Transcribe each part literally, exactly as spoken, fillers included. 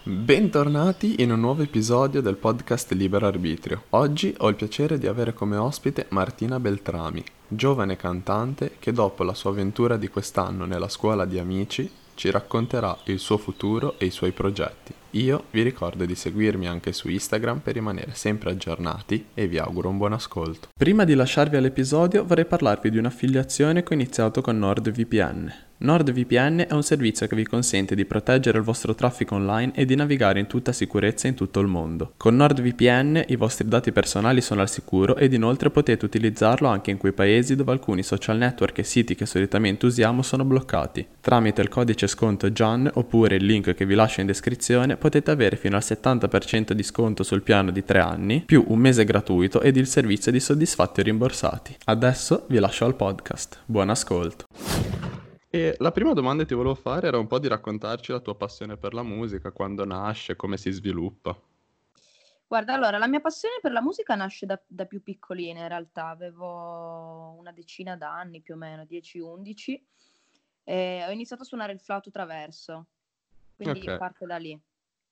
Bentornati in un nuovo episodio del podcast Libero Arbitrio. Oggi ho il piacere di avere come ospite Martina Beltrami, giovane cantante che dopo la sua avventura di quest'anno nella scuola di amici ci racconterà il suo futuro e i suoi progetti. Io vi ricordo di seguirmi anche su Instagram per rimanere sempre aggiornati e vi auguro un buon ascolto. Prima di lasciarvi all'episodio vorrei parlarvi di un'affiliazione che ho iniziato con NordVPN. NordVPN è un servizio che vi consente di proteggere il vostro traffico online e di navigare in tutta sicurezza in tutto il mondo. Con NordVPN i vostri dati personali sono al sicuro ed inoltre potete utilizzarlo anche in quei paesi dove alcuni social network e siti che solitamente usiamo sono bloccati. Tramite il codice sconto G A N oppure il link che vi lascio in descrizione potete avere fino al settanta per cento di sconto sul piano di tre anni, più un mese gratuito ed il servizio di soddisfatti o rimborsati. Adesso vi lascio al podcast. Buon ascolto! E la prima domanda che ti volevo fare era un po' di raccontarci la tua passione per la musica, quando nasce, come si sviluppa. Guarda, allora, la mia passione per la musica nasce da, da più piccolina, in realtà. Avevo una decina d'anni, più o meno, dieci undici, e ho iniziato a suonare il flauto traverso, quindi Ok. parte da lì.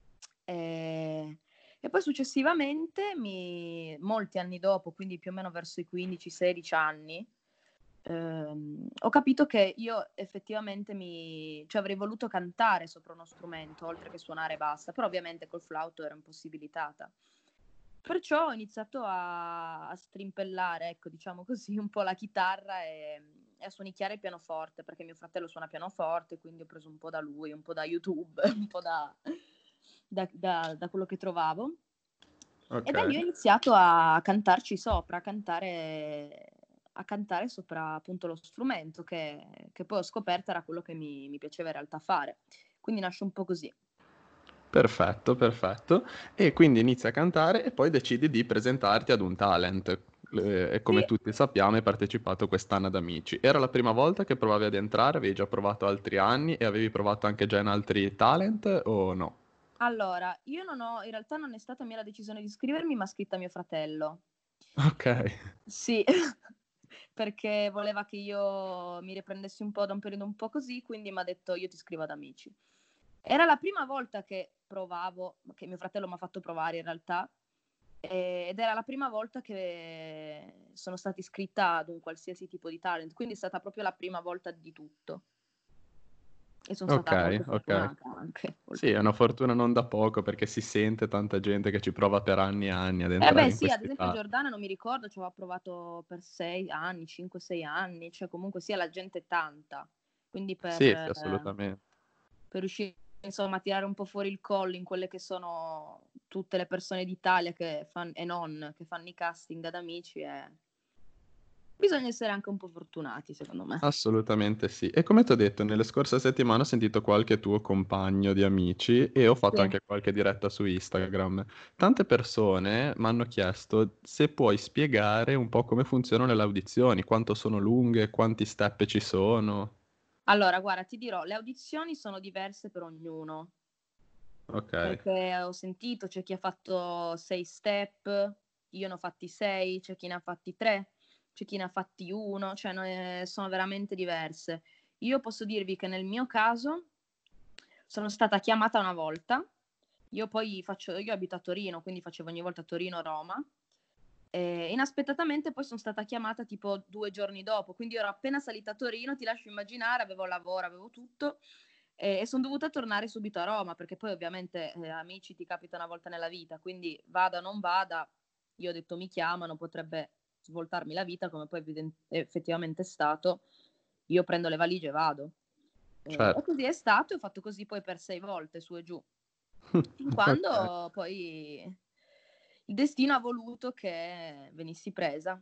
E, e poi successivamente, mi, molti anni dopo, quindi più o meno verso i quindici sedici anni, ehm, ho capito che io effettivamente mi, cioè avrei voluto cantare sopra uno strumento, oltre che suonare e basta, però ovviamente col flauto ero impossibilitata. Perciò ho iniziato a, a strimpellare, ecco, diciamo così, un po' la chitarra e, e a suonicchiare il pianoforte, perché mio fratello suona pianoforte, quindi ho preso un po' da lui, un po' da YouTube, un po' da, da, da, da quello che trovavo. Ok. E da lì ho iniziato a cantarci sopra, a cantare, a cantare sopra appunto lo strumento, che, che poi ho scoperto era quello che mi, mi piaceva in realtà fare. Quindi nasce un po' così. Perfetto, perfetto. E quindi inizi a cantare e poi decidi di presentarti ad un talent. Eh, E come Sì. tutti sappiamo hai partecipato quest'anno ad Amici. Era la prima volta che provavi ad entrare? Avevi già provato altri anni e avevi provato anche già in altri talent o no? Allora, io non ho, in realtà non è stata mia la decisione di iscrivermi, ma ha scritta mio fratello. Ok. Sì, perché voleva che io mi riprendessi un po' da un periodo un po' così, quindi mi ha detto io ti iscrivo ad Amici. Era la prima volta che provavo, che mio fratello mi ha fatto provare in realtà, eh, ed era la prima volta che sono stata iscritta ad un qualsiasi tipo di talent, quindi è stata proprio la prima volta di tutto. E sono stata molto Ok, ok. fortunata anche, Sì, è una oltretutto. fortuna non da poco perché si sente tanta gente che ci prova per anni e anni ad Eh entrare beh in sì, ad questi esempio talent. Giordana non mi ricordo, ci aveva provato per sei anni, cinque sei anni, cioè comunque sia la gente è tanta, quindi per, Sì, sì, eh, assolutamente. per riuscire insomma a tirare un po' fuori il collo in quelle che sono tutte le persone d'Italia che fan, e non, che fanno i casting ad Amici, e bisogna essere anche un po' fortunati secondo me. Assolutamente sì. E come ti ho detto, nelle scorse settimane ho sentito qualche tuo compagno di amici e ho fatto Sì. anche qualche diretta su Instagram. Tante persone mi hanno chiesto se puoi spiegare un po' come funzionano le audizioni, quanto sono lunghe, quanti step ci sono. Allora, guarda, ti dirò, le audizioni sono diverse per ognuno, Ok. perché ho sentito c'è chi ha fatto sei step, io ne ho fatti sei, c'è chi ne ha fatti tre, c'è chi ne ha fatti uno, cioè no, eh, sono veramente diverse. Io posso dirvi che nel mio caso sono stata chiamata una volta, io poi faccio, io abito a Torino, quindi facevo ogni volta Torino-Roma, e inaspettatamente poi sono stata chiamata tipo due giorni dopo, quindi io ero appena salita a Torino, ti lascio immaginare, avevo lavoro, avevo tutto, e, e sono dovuta tornare subito a Roma, perché poi ovviamente eh, amici ti capita una volta nella vita, quindi vada o non vada, io ho detto mi chiamano, potrebbe svoltarmi la vita, come poi evident- effettivamente è stato, io prendo le valigie e vado. E, e Certo. così è stato, e ho fatto così poi per sei volte, su e giù, fin Ok. quando poi il destino ha voluto che venissi presa.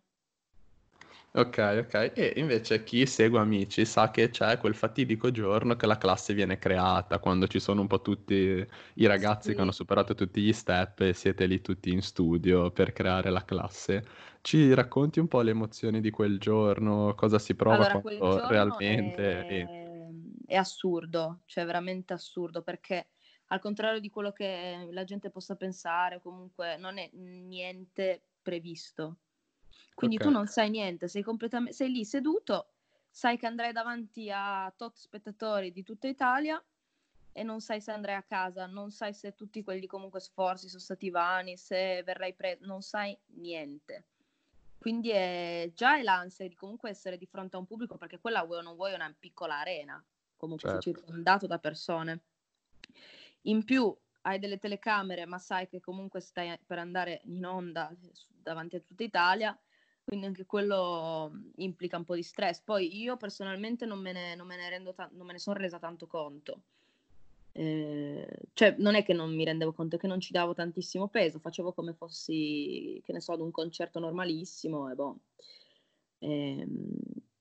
Ok, ok. E invece chi segue Amici sa che c'è quel fatidico giorno che la classe viene creata, quando ci sono un po' tutti i ragazzi che hanno Sì. superato tutti gli step e siete lì tutti in studio per creare la classe. Ci racconti un po' le emozioni di quel giorno, cosa si prova Allora, quel quando giorno realmente... eh, è, è assurdo, cioè veramente assurdo, perché al contrario di quello che la gente possa pensare, comunque non è niente previsto. Quindi Ok, tu non sai niente, sei completamente, sei lì seduto, sai che andrai davanti a tot spettatori di tutta Italia e non sai se andrai a casa, non sai se tutti quelli comunque sforzi sono stati vani, se verrai preso, non sai niente. Quindi è già è l'ansia di comunque essere di fronte a un pubblico, perché quella vuoi o non vuoi è una piccola arena, comunque sei Certo. circondato da persone. In più hai delle telecamere, ma sai che comunque stai per andare in onda davanti a tutta Italia, quindi anche quello implica un po' di stress. Poi io personalmente non me ne, non me ne rendo ta- non me ne sono resa tanto conto. Eh, cioè non è che non mi rendevo conto, è che non ci davo tantissimo peso, facevo come fossi, che ne so, ad un concerto normalissimo e boh. Ehm,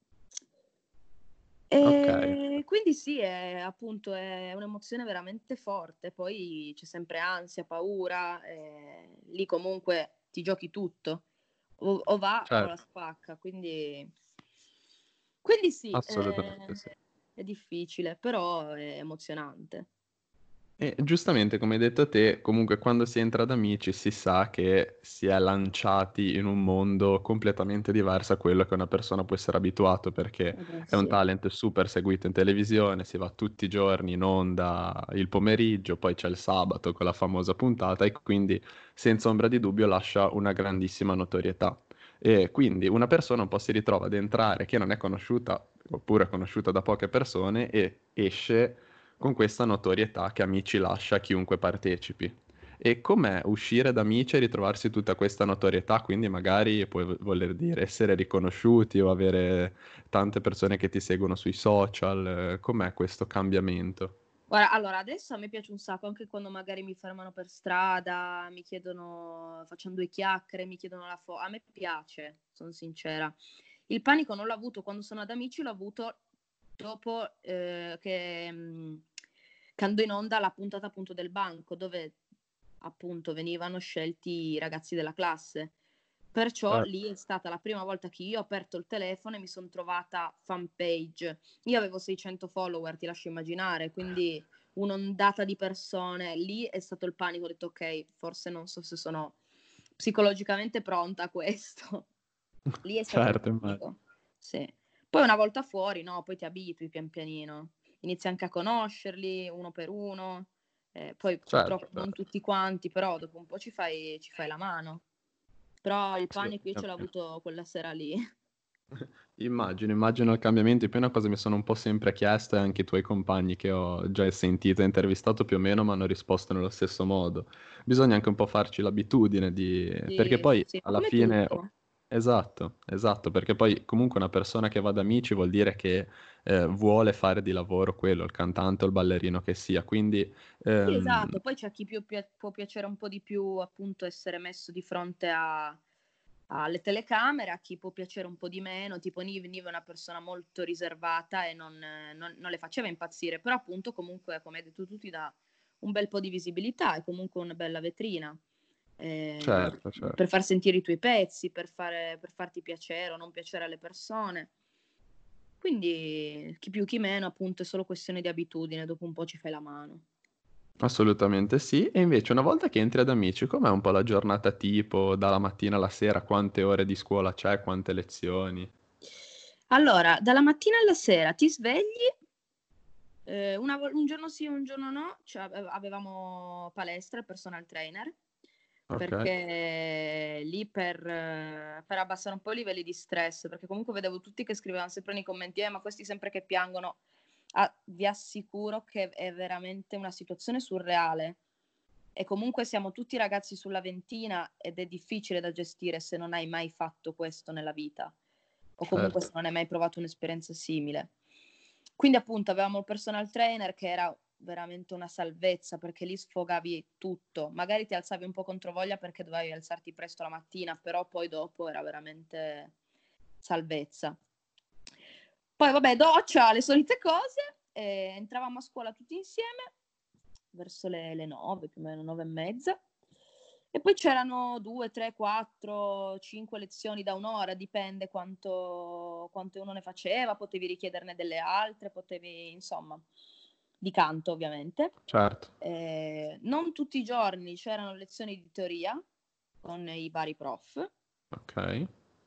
Ok, e quindi sì, è appunto è un'emozione veramente forte, poi c'è sempre ansia, paura, eh, lì comunque ti giochi tutto, o, o va o la certo, spacca, quindi, quindi sì, assolutamente eh, sì. è difficile, però è emozionante. E giustamente, come hai detto te, comunque quando si entra ad Amici si sa che si è lanciati in un mondo completamente diverso a quello che una persona può essere abituato, perché Eh beh, è un sì. talent super seguito in televisione, si va tutti i giorni in onda il pomeriggio, poi c'è il sabato con la famosa puntata e quindi senza ombra di dubbio lascia una grandissima notorietà. E quindi una persona un po' si ritrova ad entrare che non è conosciuta oppure è conosciuta da poche persone e esce con questa notorietà che Amici lascia a chiunque partecipi. E com'è uscire da Amici e ritrovarsi tutta questa notorietà, quindi magari può voler dire essere riconosciuti o avere tante persone che ti seguono sui social, eh, com'è questo cambiamento? Guarda, allora adesso a me piace un sacco, anche quando magari mi fermano per strada, mi chiedono, facciamo due chiacchiere, mi chiedono la foto, a me piace, sono sincera. Il panico non l'ho avuto quando sono ad Amici, l'ho avuto dopo eh, che, mh, che andò in onda la puntata appunto del banco, dove appunto venivano scelti i ragazzi della classe. Perciò Certo, lì è stata la prima volta che io ho aperto il telefono e mi sono trovata fan page. Io avevo seicento follower, ti lascio immaginare, quindi un'ondata di persone. Lì è stato il panico, ho detto ok, forse non so se sono psicologicamente pronta a questo. Lì è stato il certo, immagino. panico, sì. Poi una volta fuori, no, poi ti abitui pian pianino. Inizi anche a conoscerli uno per uno. Eh, poi Certo, purtroppo non certo. tutti quanti, però dopo un po' ci fai, ci fai la mano. Però il Sì, panico io ce l'ho ovviamente. avuto quella sera lì. Immagino, immagino il cambiamento. E poi una cosa mi sono un po' sempre chiesto e anche i tuoi compagni che ho già sentito e intervistato più o meno mi hanno risposto nello stesso modo. Bisogna anche un po' farci l'abitudine di... perché Sì, sì, poi sì, ma alla come fine... tutto. Esatto, esatto, perché poi comunque una persona che va da Amici vuol dire che eh, vuole fare di lavoro quello, il cantante o il ballerino che sia. Quindi Sì, ehm, esatto. Poi c'è chi più pia- può piacere un po' di più appunto essere messo di fronte a- alle telecamere, a chi può piacere un po' di meno, tipo Nive, Nive è una persona molto riservata e non, eh, non- non le faceva impazzire, però appunto comunque, come hai detto tu, ti dà un bel po' di visibilità, è comunque una bella vetrina. eh, certo, per certo. far sentire i tuoi pezzi, per, fare, per farti piacere o non piacere alle persone. Quindi chi più chi meno, appunto, è solo questione di abitudine, dopo un po' ci fai la mano. Assolutamente sì. E invece una volta che entri ad Amici, com'è un po' la giornata tipo, dalla mattina alla sera? Quante ore di scuola c'è? Quante lezioni? Allora, dalla mattina alla sera ti svegli, eh, una vol- un giorno sì, un giorno no, cioè, ave- avevamo palestra e personal trainer, Ok, perché lì per, eh, per abbassare un po' i livelli di stress, perché comunque vedevo tutti che scrivevano sempre nei commenti, eh, ma questi sempre che piangono. Ah, vi assicuro che è veramente una situazione surreale. E comunque siamo tutti ragazzi sulla ventina ed è difficile da gestire se non hai mai fatto questo nella vita o comunque se certo, non hai mai provato un'esperienza simile. Quindi appunto avevamo il personal trainer che era veramente una salvezza perché lì sfogavi tutto. Magari ti alzavi un po' controvoglia perché dovevi alzarti presto la mattina, però poi dopo era veramente salvezza. Poi vabbè, doccia, le solite cose, e entravamo a scuola tutti insieme verso le, le nove, più o meno nove e mezza. E poi c'erano due, tre, quattro, cinque lezioni da un'ora, dipende quanto, quanto uno ne faceva, potevi richiederne delle altre, potevi, insomma, di canto ovviamente. certo. Eh, non tutti i giorni c'erano lezioni di teoria con i vari prof. Ok,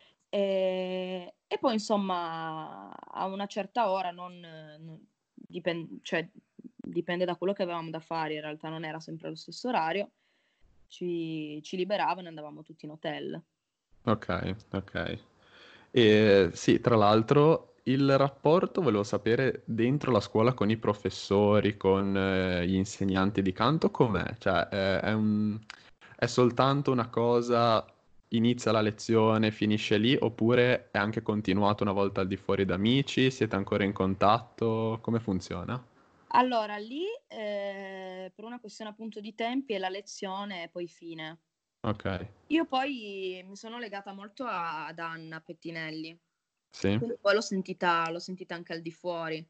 E, e poi insomma a una certa ora non, non- dipen- cioè, dipende da quello che avevamo da fare, in realtà non era sempre allo stesso orario, ci, ci liberavano e andavamo tutti in hotel. Ok, ok. E sì, tra l'altro il rapporto, volevo sapere, dentro la scuola con i professori, con eh, gli insegnanti di canto, com'è? Cioè, è, è un- è soltanto una cosa, inizia la lezione, finisce lì, oppure è anche continuato una volta al di fuori da amici? Siete ancora in contatto? Come funziona? Allora, lì eh, per una questione appunto di tempi è la lezione e poi fine. Ok, Io poi mi sono legata molto a- ad Anna Pettinelli, sì. quindi poi l'ho sentita, l'ho sentita anche al di fuori.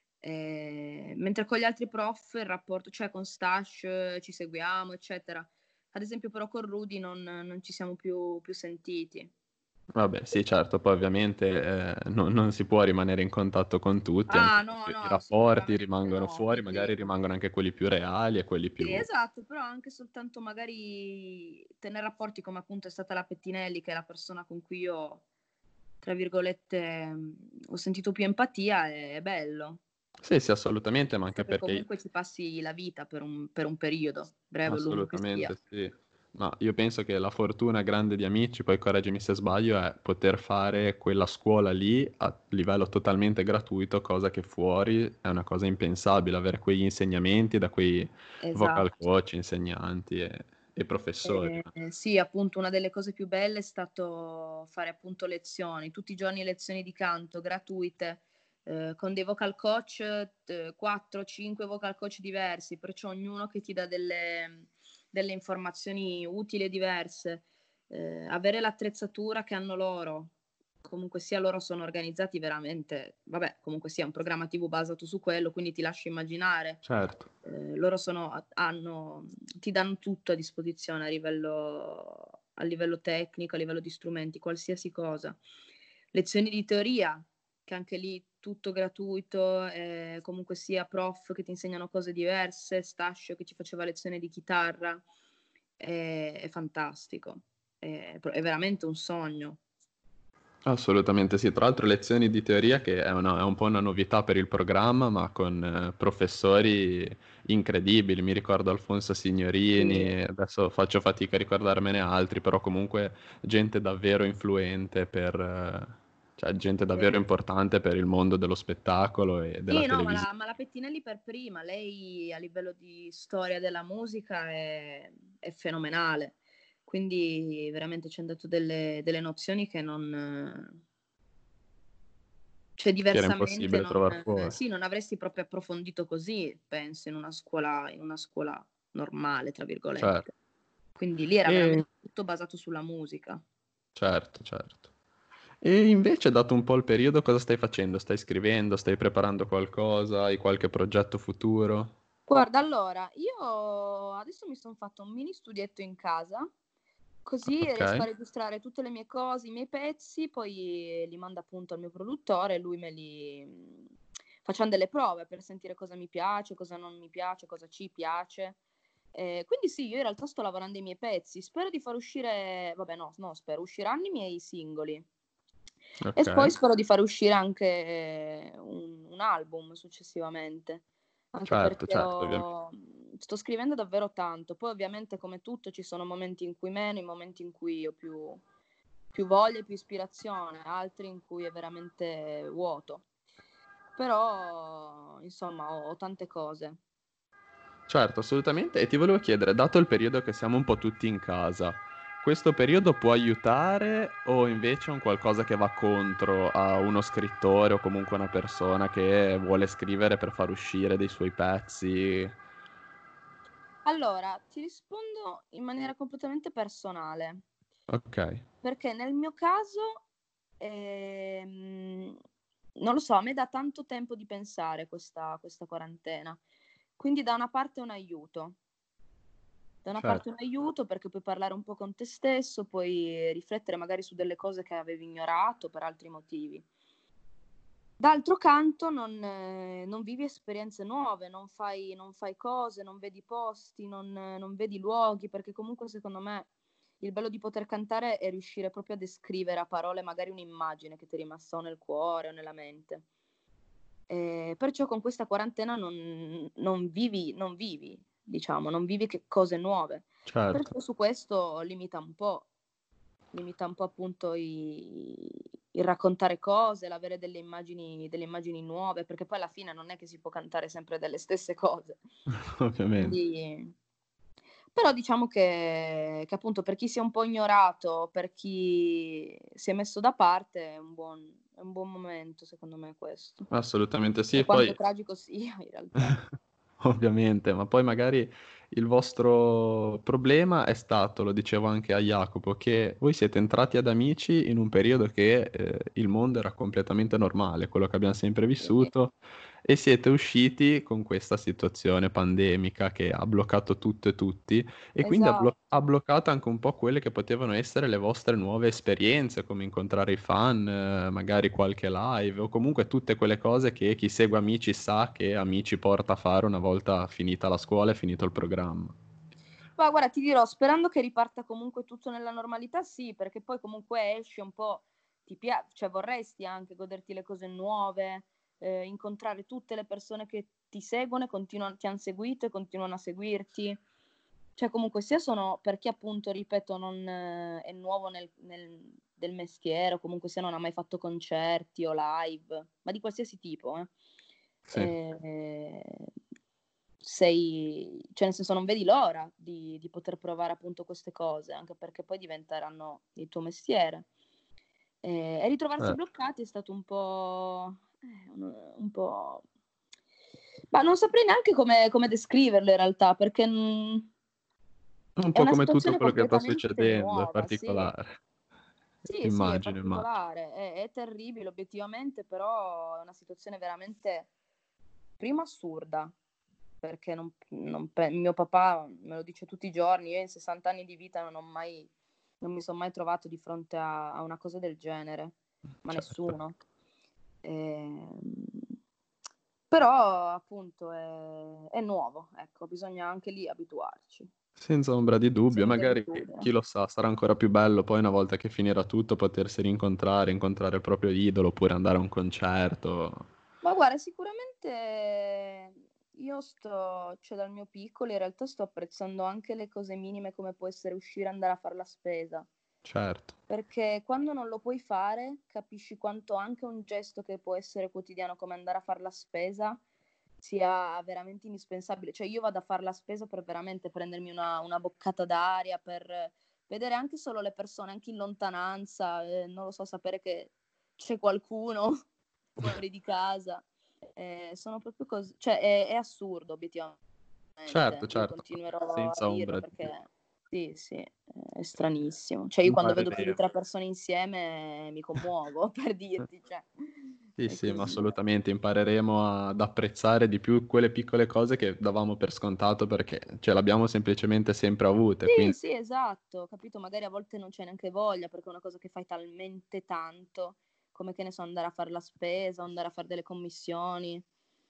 Eh, mentre con gli altri prof il rapporto, cioè con Stash eh, ci seguiamo, eccetera. Ad esempio però con Rudy non, non ci siamo più, più sentiti. Vabbè, sì, certo, poi ovviamente eh, no- non si può rimanere in contatto con tutti, anche Ah, no, perché no, i rapporti assolutamente rimangono no. fuori, Quindi magari rimangono anche quelli più reali e quelli sì, più... esatto, però anche soltanto magari tenere rapporti come appunto è stata la Pettinelli, che è la persona con cui io, tra virgolette, mh, ho sentito più empatia, è, è bello. Sì, sì, assolutamente, ma Visto anche che perché comunque ci passi la vita per un, per un periodo, breve o lungo che sia. assolutamente sì. Ma io penso che la fortuna grande di Amici, poi correggimi se sbaglio, è poter fare quella scuola lì a livello totalmente gratuito, cosa che fuori è una cosa impensabile, avere quegli insegnamenti da quei vocal Esatto. coach, insegnanti e, e professori. Eh, eh, sì, appunto, una delle cose più belle è stato fare appunto lezioni, tutti i giorni lezioni di canto gratuite, eh, con dei vocal coach, eh, quattro cinque vocal coach diversi, perciò ognuno che ti dà delle, delle informazioni utili e diverse. Eh, avere l'attrezzatura che hanno loro, comunque sia loro sono organizzati veramente, vabbè, comunque sia un programma T V basato su quello, quindi ti lascio immaginare. Certo. Eh, loro sono, hanno, ti danno tutto a disposizione a livello, a livello tecnico, a livello di strumenti, qualsiasi cosa. Lezioni di teoria, che anche lì tutto gratuito, eh, comunque sia prof che ti insegnano cose diverse, Stascio che ci faceva lezioni di chitarra, è, è fantastico, è, è veramente un sogno. Assolutamente sì, tra l'altro lezioni di teoria che è, una- è un po' una novità per il programma, ma con eh, professori incredibili, mi ricordo Alfonso Sì. Signorini, adesso faccio fatica a ricordarmene altri, però comunque gente davvero influente per, eh, cioè gente davvero Eh, importante per il mondo dello spettacolo e della Sì, no, ma televisione. la, ma la Pettinelli per prima, lei a livello di storia della musica è, è fenomenale, quindi veramente ci hanno dato delle, delle nozioni che non, cioè Che era diversamente impossibile non, trovare fuori. sì, non avresti proprio approfondito così, penso, in una scuola, in una scuola normale, tra Certo. virgolette. Quindi lì era E veramente tutto basato sulla musica. certo, certo. E invece, dato un po' il periodo, cosa stai facendo? Stai scrivendo? Stai preparando qualcosa? Hai qualche progetto futuro? Guarda, allora, io adesso mi sono fatto un mini studietto in casa, così Ok, riesco a registrare tutte le mie cose, i miei pezzi, poi li mando appunto al mio produttore e lui me li... Facciamo delle prove per sentire cosa mi piace, cosa non mi piace, cosa ci piace. Eh, quindi sì, io in realtà sto lavorando ai miei pezzi, spero di far uscire, vabbè no, no, spero, usciranno i miei singoli. E poi ok, spero di far uscire anche eh, un, un album successivamente, anche certo, perché certo, ovviamente. ho- sto scrivendo davvero tanto. Poi ovviamente come tutto ci sono momenti in cui meno, i momenti in cui ho più, più voglia e più ispirazione, altri in cui è veramente vuoto. Però insomma ho, ho tante cose. Certo, assolutamente. E ti volevo chiedere, dato il periodo che siamo un po' tutti in casa, questo periodo può aiutare o invece è un qualcosa che va contro a uno scrittore o comunque una persona che vuole scrivere per far uscire dei suoi pezzi? Allora, ti rispondo in maniera completamente personale, Ok, perché nel mio caso, ehm, non lo so, a me dà tanto tempo di pensare questa, questa quarantena. Quindi da una parte è un aiuto, da una parte è certo, un aiuto perché puoi parlare un po' con te stesso, puoi riflettere magari su delle cose che avevi ignorato per altri motivi. D'altro canto non, eh, non vivi esperienze nuove, non fai, non fai cose, non vedi posti, non, non vedi luoghi, perché comunque secondo me il bello di poter cantare è riuscire proprio a descrivere a parole magari un'immagine che ti è rimasta o nel cuore o nella mente. Eh, perciò con questa quarantena non, non vivi, non vivi, diciamo, non vivi che cose nuove. Certo. Perciò su questo limita un po', limita un po' appunto i- il raccontare cose, l'avere delle immagini, delle immagini nuove, perché poi alla fine non è che si può cantare sempre delle stesse cose. Ovviamente. Quindi, però diciamo che, che appunto per chi si è un po' ignorato, per chi si è messo da parte, è un buon, è un buon momento, secondo me, questo. Assolutamente sì, Per e quanto poi tragico sia, in realtà. ovviamente, ma poi magari il vostro problema è stato, lo dicevo anche a Jacopo, che voi siete entrati ad Amici in un periodo che eh, il mondo era completamente normale, quello che abbiamo sempre Sì, vissuto, e siete usciti con questa situazione pandemica che ha bloccato tutto e tutti, e quindi ha, blo- ha esatto. bloccato anche un po' quelle che potevano essere le vostre nuove esperienze, come incontrare i fan, eh, magari qualche live, o comunque tutte quelle cose che chi segue Amici sa che Amici porta a fare una volta finita la scuola e finito il programma. Ma guarda, ti dirò, sperando che riparta comunque tutto nella normalità, sì, perché poi comunque esci un po', ti piace, cioè vorresti anche goderti le cose nuove, eh, incontrare tutte le persone che ti seguono e continuano, ti hanno seguito e continuano a seguirti. Cioè comunque sia sono, per chi appunto, ripeto, non eh, è nuovo nel, nel- del mestiere o comunque sia non ha mai fatto concerti o live, ma di qualsiasi tipo, eh. Sì. Eh, sei, cioè nel senso non vedi l'ora di, di poter provare appunto queste cose, anche perché poi diventeranno il tuo mestiere. Eh, e ritrovarsi Eh, bloccati è stato un po', eh, un, un po', ma non saprei neanche come, come descriverlo in realtà, perché mm, un è po' una come tutto situazione quello che sta completamente succedendo, è nuova, sì. particolare. Sì, sì, è Immagino, immagino. particolare, è, è terribile obiettivamente, però è una situazione veramente, prima assurda, perché non, non pe- mio papà me lo dice tutti i giorni, io in sessanta anni di vita non ho mai, non mi sono mai trovato di fronte a, a una cosa del genere, ma Certo. nessuno. Ehm, però appunto è, è nuovo, ecco, bisogna anche lì abituarci. Senza ombra di dubbio, Questione di magari abitudine. chi lo sa, sarà ancora più bello poi una volta che finirà tutto potersi rincontrare, incontrare il proprio idolo oppure andare a un concerto. Ma guarda, sicuramente io sto, cioè dal mio piccolo, in realtà sto apprezzando anche le cose minime come può essere uscire e andare a fare la spesa, Certo, perché quando non lo puoi fare, capisci quanto anche un gesto che può essere quotidiano come andare a fare la spesa sia veramente indispensabile. Cioè io vado a fare la spesa per veramente prendermi una, una boccata d'aria, per vedere anche solo le persone, anche in lontananza, eh, non lo so, sapere che c'è qualcuno fuori di casa. Eh, sono proprio così, cioè è, è assurdo obiettivamente. certo, Io certo, continuerò a senza dirlo ombra di dubbio. perché sì, sì, è stranissimo. Cioè io quando vedo più di Impareremo. tre persone insieme mi commuovo, per dirti, cioè, Sì, è sì, ma così. assolutamente impareremo ad apprezzare di più quelle piccole cose che davamo per scontato perché ce l'abbiamo semplicemente sempre avute, Sì, quindi sì, esatto, capito? Magari a volte non c'è neanche voglia perché è una cosa che fai talmente tanto, come che ne so, andare a fare la spesa, o andare a fare delle commissioni,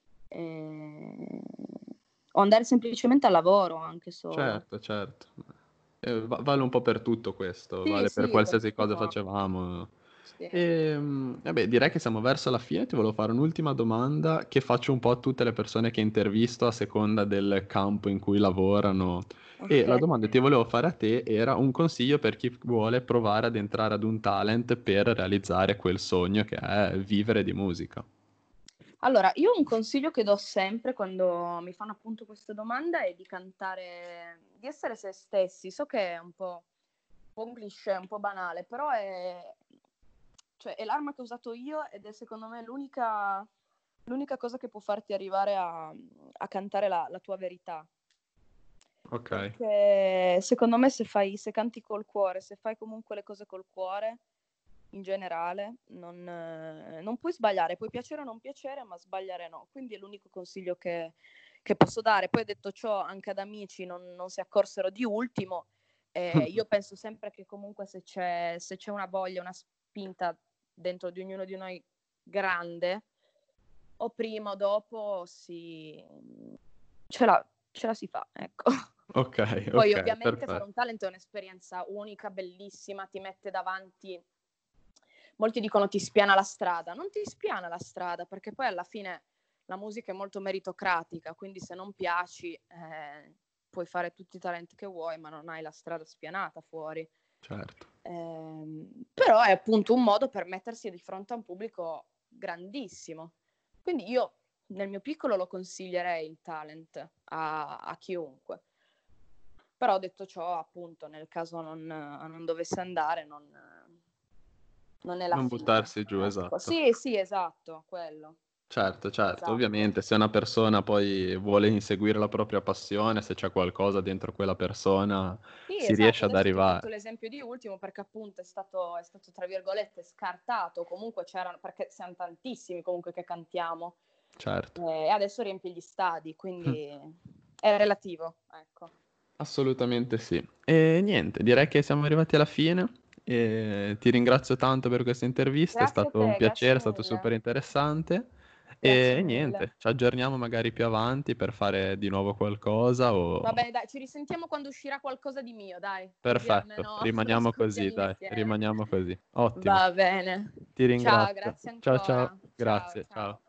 eh, o andare semplicemente al lavoro anche solo. certo, certo. Eh, va- vale un po' per tutto questo, Sì, vale per sì, per qualsiasi tutto cosa quanto. facevamo. Sì. E, vabbè, direi che siamo verso la fine. Ti volevo fare un'ultima domanda che faccio un po' a tutte le persone che intervisto a seconda del campo in cui lavorano. E Ok. la domanda che ti volevo fare a te era un consiglio per chi vuole provare ad entrare ad un talent per realizzare quel sogno che è vivere di musica. Allora, io un consiglio che do sempre quando mi fanno appunto questa domanda è di cantare, di essere se stessi. So che è un po', un po' un cliché, un po' banale, però è, cioè, è l'arma che ho usato io ed è secondo me l'unica, l'unica cosa che può farti arrivare a, a cantare la, la tua verità. Ok, Perché secondo me se fai, se canti col cuore, se fai comunque le cose col cuore, in generale, non, eh, non puoi sbagliare, puoi piacere o non piacere, ma sbagliare no. Quindi è l'unico consiglio che, che posso dare. Poi detto ciò, anche ad amici non, non si accorsero di ultimo. Eh, io penso sempre che comunque se c'è, se c'è una voglia, una spinta dentro di ognuno di noi grande, o prima o dopo si... ce la, ce la si fa, ecco. ok, Poi ok, ovviamente fare perfetto. un talento è un'esperienza unica, bellissima, ti mette davanti molti dicono ti spiana la strada. Non ti spiana la strada, perché poi alla fine la musica è molto meritocratica, quindi se non piaci eh, puoi fare tutti i talenti che vuoi, ma non hai la strada spianata fuori. Certo. Eh, però è appunto un modo per mettersi di fronte a un pubblico grandissimo. Quindi io nel mio piccolo lo consiglierei il talent a, a chiunque. Però detto ciò, appunto, nel caso non, non dovesse andare, non, non è la Non fine. buttarsi giù, Ecco. esatto. Sì, sì, esatto, quello. Certo, certo, Esatto. ovviamente se una persona poi vuole inseguire la propria passione, se c'è qualcosa dentro quella persona, Sì, si esatto. riesce ad Adesso ti ho fatto arrivare. l'esempio di Ultimo perché appunto è stato, è stato tra virgolette scartato. Comunque c'erano, perché siamo tantissimi comunque che cantiamo. Certo. Eh, E adesso riempie gli stadi, quindi è relativo, ecco. Assolutamente sì. E niente, direi che siamo arrivati alla fine. E ti ringrazio tanto per questa intervista, è Grazie a stato un te, grazie piacere, è stato mille. super interessante. Grazie E mille. niente, ci aggiorniamo magari più avanti per fare di nuovo qualcosa o... Va bene, dai, ci risentiamo quando uscirà qualcosa di mio, dai, così Perfetto, almeno lo rimaniamo così, ascoltiamo dai, insieme. rimaniamo così. Ottimo. Va bene. Ti Ciao, ringrazio. grazie Ciao ciao, ancora. Ciao, grazie, ciao. ciao.